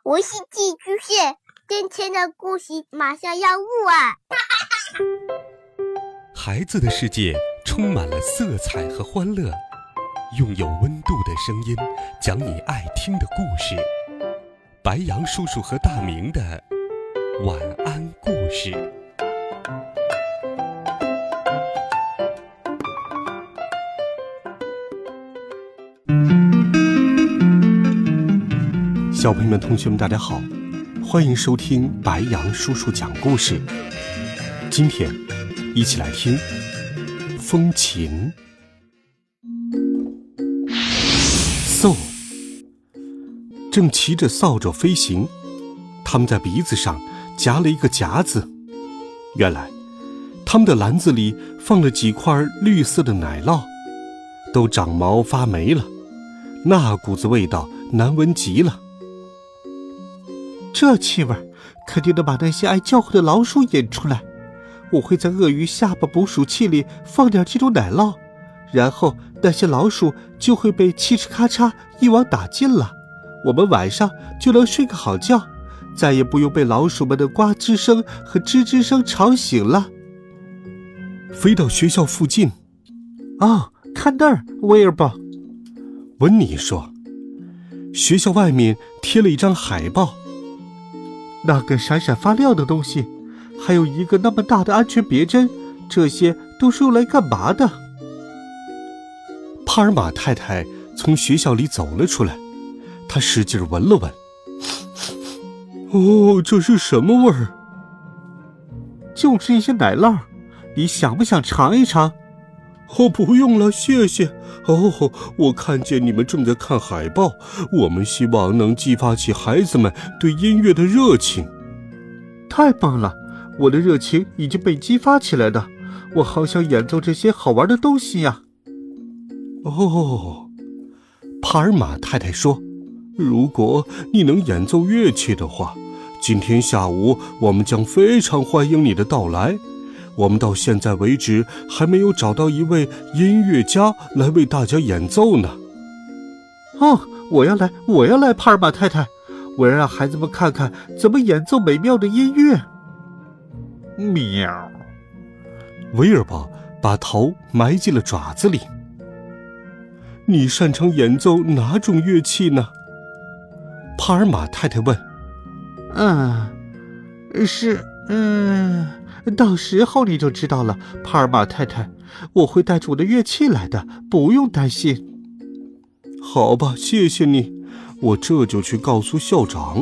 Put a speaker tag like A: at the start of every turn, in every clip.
A: 我是寄居蟹，今天的故事马上要录啊！
B: 孩子的世界充满了色彩和欢乐，用有温度的声音讲你爱听的故事。白羊叔叔和大明的晚安故事。小朋友们、同学们，大家好，欢迎收听白羊叔叔讲故事。今天一起来听风琴。嗖，正骑着扫帚飞行，他们在鼻子上夹了一个夹子。原来他们的篮子里放了几块绿色的奶酪，都长毛发霉了，那股子味道难闻极了。
C: 这气味肯定能把那些爱叫唤的老鼠引出来。我会在鳄鱼下巴捕鼠器里放点这种奶酪，然后那些老鼠就会被嘁哧咔嚓一网打尽了。我们晚上就能睡个好觉，再也不用被老鼠们的呱吱声和吱吱声吵醒了。
B: 飞到学校附近，
C: 看那儿，威尔伯，
B: 温妮说，学校外面贴了一张海报，
C: 那个闪闪发亮的东西，还有一个那么大的安全别针，这些都是用来干嘛的？
B: 帕尔玛太太从学校里走了出来，她使劲闻了闻。这是什么味儿？
C: 就是一些奶酪，你想不想尝一尝？
B: 不用了，谢谢。我看见你们正在看海报，我们希望能激发起孩子们对音乐的热情。
C: 太棒了，我的热情已经被激发起来了，我好想演奏这些好玩的东西呀。
B: 帕尔玛太太说，如果你能演奏乐器的话，今天下午我们将非常欢迎你的到来。我们到现在为止还没有找到一位音乐家来为大家演奏呢。
C: 我要来，帕尔玛太太，我要让孩子们看看怎么演奏美妙的音乐。喵！
B: 威尔伯把头埋进了爪子里。你擅长演奏哪种乐器呢？帕尔玛太太问。
C: 到时候你就知道了，帕尔玛太太，我会带着我的乐器来的，不用担心。
B: 好吧，谢谢你，我这就去告诉校长。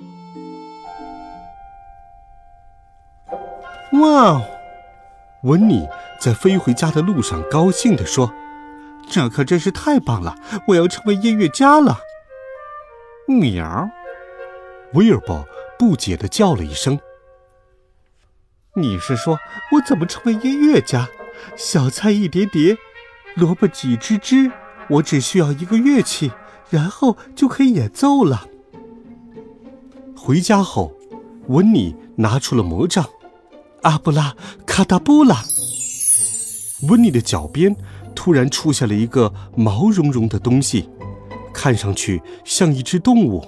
B: 哇！温妮在飞回家的路上高兴地说，
C: 这可真是太棒了，我要成为音乐家了。喵！
B: 威尔伯不解地叫了一声。
C: 你是说我怎么成为音乐家？小菜一碟碟，萝卜几只只，我只需要一个乐器，然后就可以演奏了。
B: 回家后，温妮拿出了魔杖，阿布拉卡达布拉。温妮的脚边突然出现了一个毛茸茸的东西，看上去像一只动物。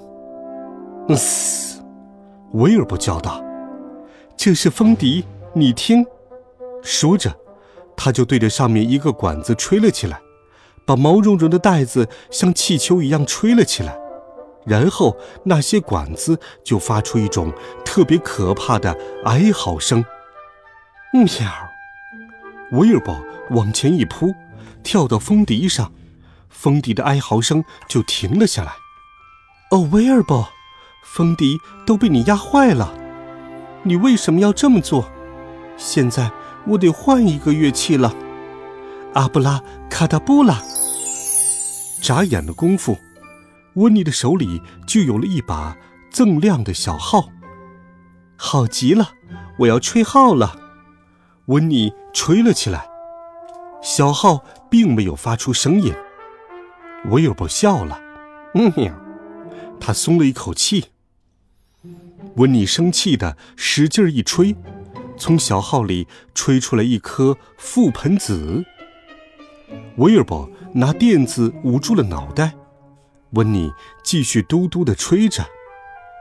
B: 威尔伯叫道，这是风笛，你听。说着，他就对着上面一个管子吹了起来，把毛茸茸的带子像气球一样吹了起来，然后那些管子就发出一种特别可怕的哀嚎声。喵！威尔伯往前一扑，跳到风笛上，风笛的哀嚎声就停了下来。威尔伯，风笛都被你压坏了，你为什么要这么做？现在我得换一个乐器了。阿布拉卡达布拉。眨眼的功夫，温妮的手里就有了一把锃亮的小号。好极了，我要吹号了。温妮吹了起来，小号并没有发出声音。威尔伯笑了，他松了一口气。温妮生气地使劲一吹，从小号里吹出来一颗覆盆子。威尔伯拿垫子捂住了脑袋，温妮继续嘟嘟地吹着。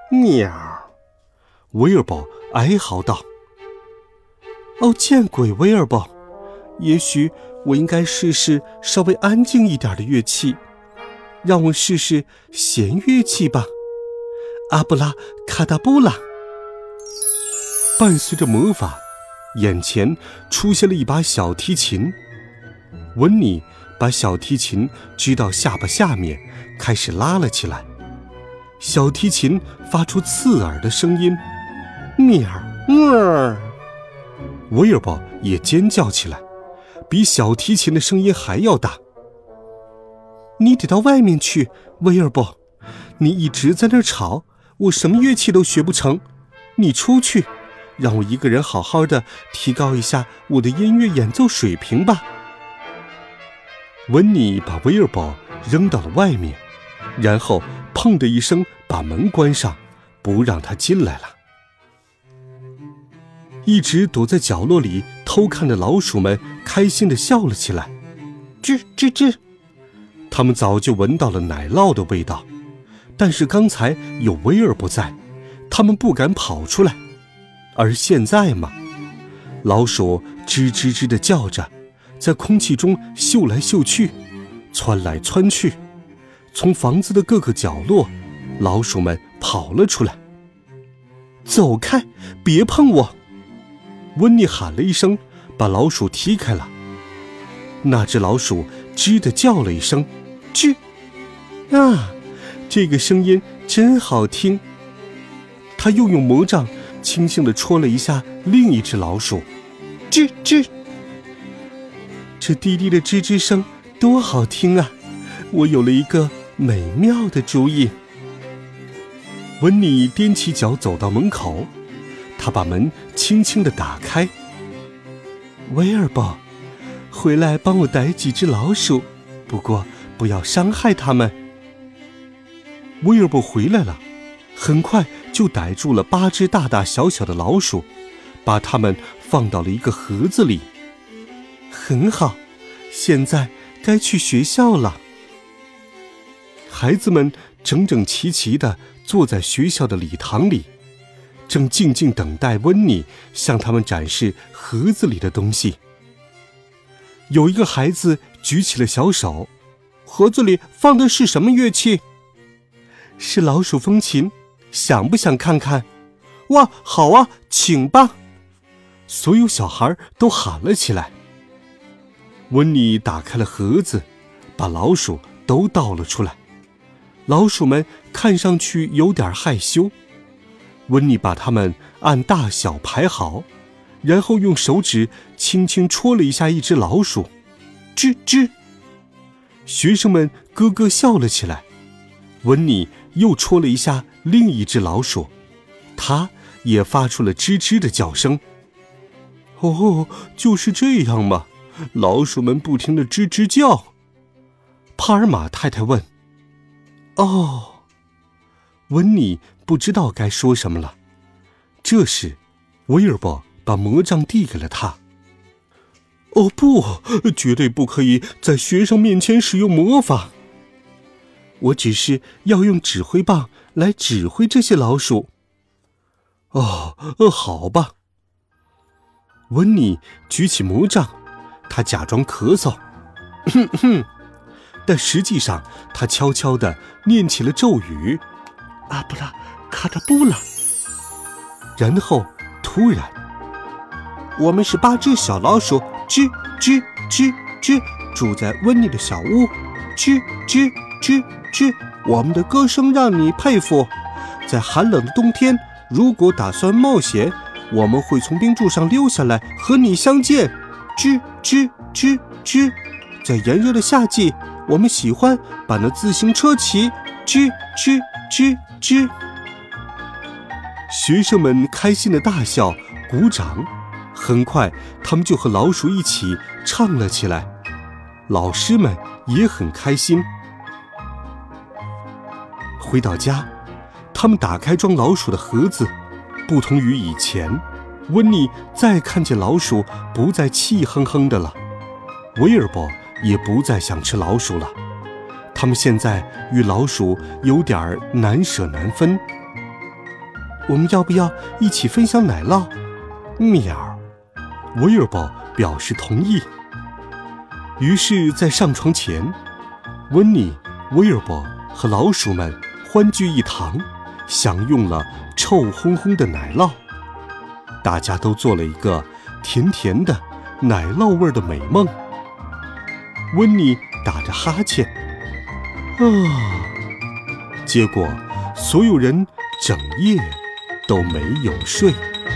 B: 喵！威尔伯哀嚎道。哦，见鬼，威尔伯，也许我应该试试稍微安静一点的乐器，让我试试弦乐器吧。阿布拉卡达布拉。伴随着魔法，眼前出现了一把小提琴。温妮把小提琴支到下巴下面，开始拉了起来。小提琴发出刺耳的声音，喵喵。威尔伯也尖叫起来，比小提琴的声音还要大。你得到外面去，威尔伯，你一直在那儿吵，我什么乐器都学不成。你出去，让我一个人好好的提高一下我的音乐演奏水平吧。温妮把威尔伯扔到了外面，然后砰的一声把门关上，不让他进来了。一直躲在角落里偷看的老鼠们开心地笑了起来，吱吱吱。他们早就闻到了奶酪的味道，但是刚才有威尔伯在，他们不敢跑出来。而现在嘛，老鼠吱吱吱地叫着，在空气中嗅来嗅去，窜来窜去。从房子的各个角落，老鼠们跑了出来。走开，别碰我！温妮喊了一声，把老鼠踢开了。那只老鼠吱地叫了一声，吱！啊，这个声音真好听。他又用魔杖轻轻地戳了一下另一只老鼠，吱吱！这滴滴的吱吱声多好听啊！我有了一个美妙的主意。温妮踮起脚走到门口，他把门轻轻地打开。威尔伯，回来帮我逮几只老鼠，不过不要伤害它们。威尔伯回来了，很快就逮住了8只大大小小的老鼠，把它们放到了一个盒子里。很好，现在该去学校了。孩子们整整齐齐地坐在学校的礼堂里，正静静等待温妮向他们展示盒子里的东西。有一个孩子举起了小手，盒子里放的是什么乐器？是老鼠风琴，想不想看看？哇，好啊，请吧！所有小孩都喊了起来。温妮打开了盒子，把老鼠都倒了出来。老鼠们看上去有点害羞。温妮把它们按大小排好，然后用手指轻轻戳了一下一只老鼠，吱吱。学生们咯咯笑了起来。温妮又戳了一下另一只老鼠，它也发出了吱吱的叫声。哦，就是这样嘛，老鼠们不停地吱吱叫。帕尔玛太太问。哦，温妮不知道该说什么了。这时，威尔伯把魔杖递给了他。哦不，绝对不可以在学生面前使用魔法。我只是要用指挥棒来指挥这些老鼠。哦，好吧。温妮举起魔杖，他假装咳嗽，哼哼，但实际上他悄悄地念起了咒语，阿布拉卡达布拉。然后突然，我们是8只小老鼠，吱吱吱吱，住在温妮的小屋，吱吱吱吱，我们的歌声让你佩服。在寒冷的冬天，如果打算冒险，我们会从冰柱上溜下来和你相见，吱吱吱吱。在炎热的夏季，我们喜欢把那自行车骑，吱吱吱吱。学生们开心的大笑，鼓掌。很快，他们就和老鼠一起唱了起来。老师们也很开心。回到家，他们打开装老鼠的盒子。不同于以前，温妮再看见老鼠不再气哼哼的了，威尔伯也不再想吃老鼠了。他们现在与老鼠有点难舍难分。 我们要不要一起分享奶酪？喵！威尔伯表示同意。于是，在上床前，温妮、威尔伯和老鼠们欢聚一堂，享用了臭烘烘的奶酪。大家都做了一个甜甜的奶酪味的美梦。温妮打着哈欠，结果所有人整夜都没有睡。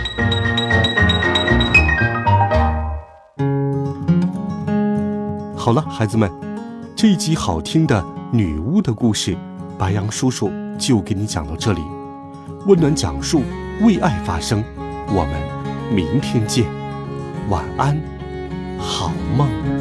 B: 好了，孩子们，这一集好听的女巫的故事，白羊叔叔就给你讲到这里。温暖讲述，为爱发声，我们明天见，晚安，好梦。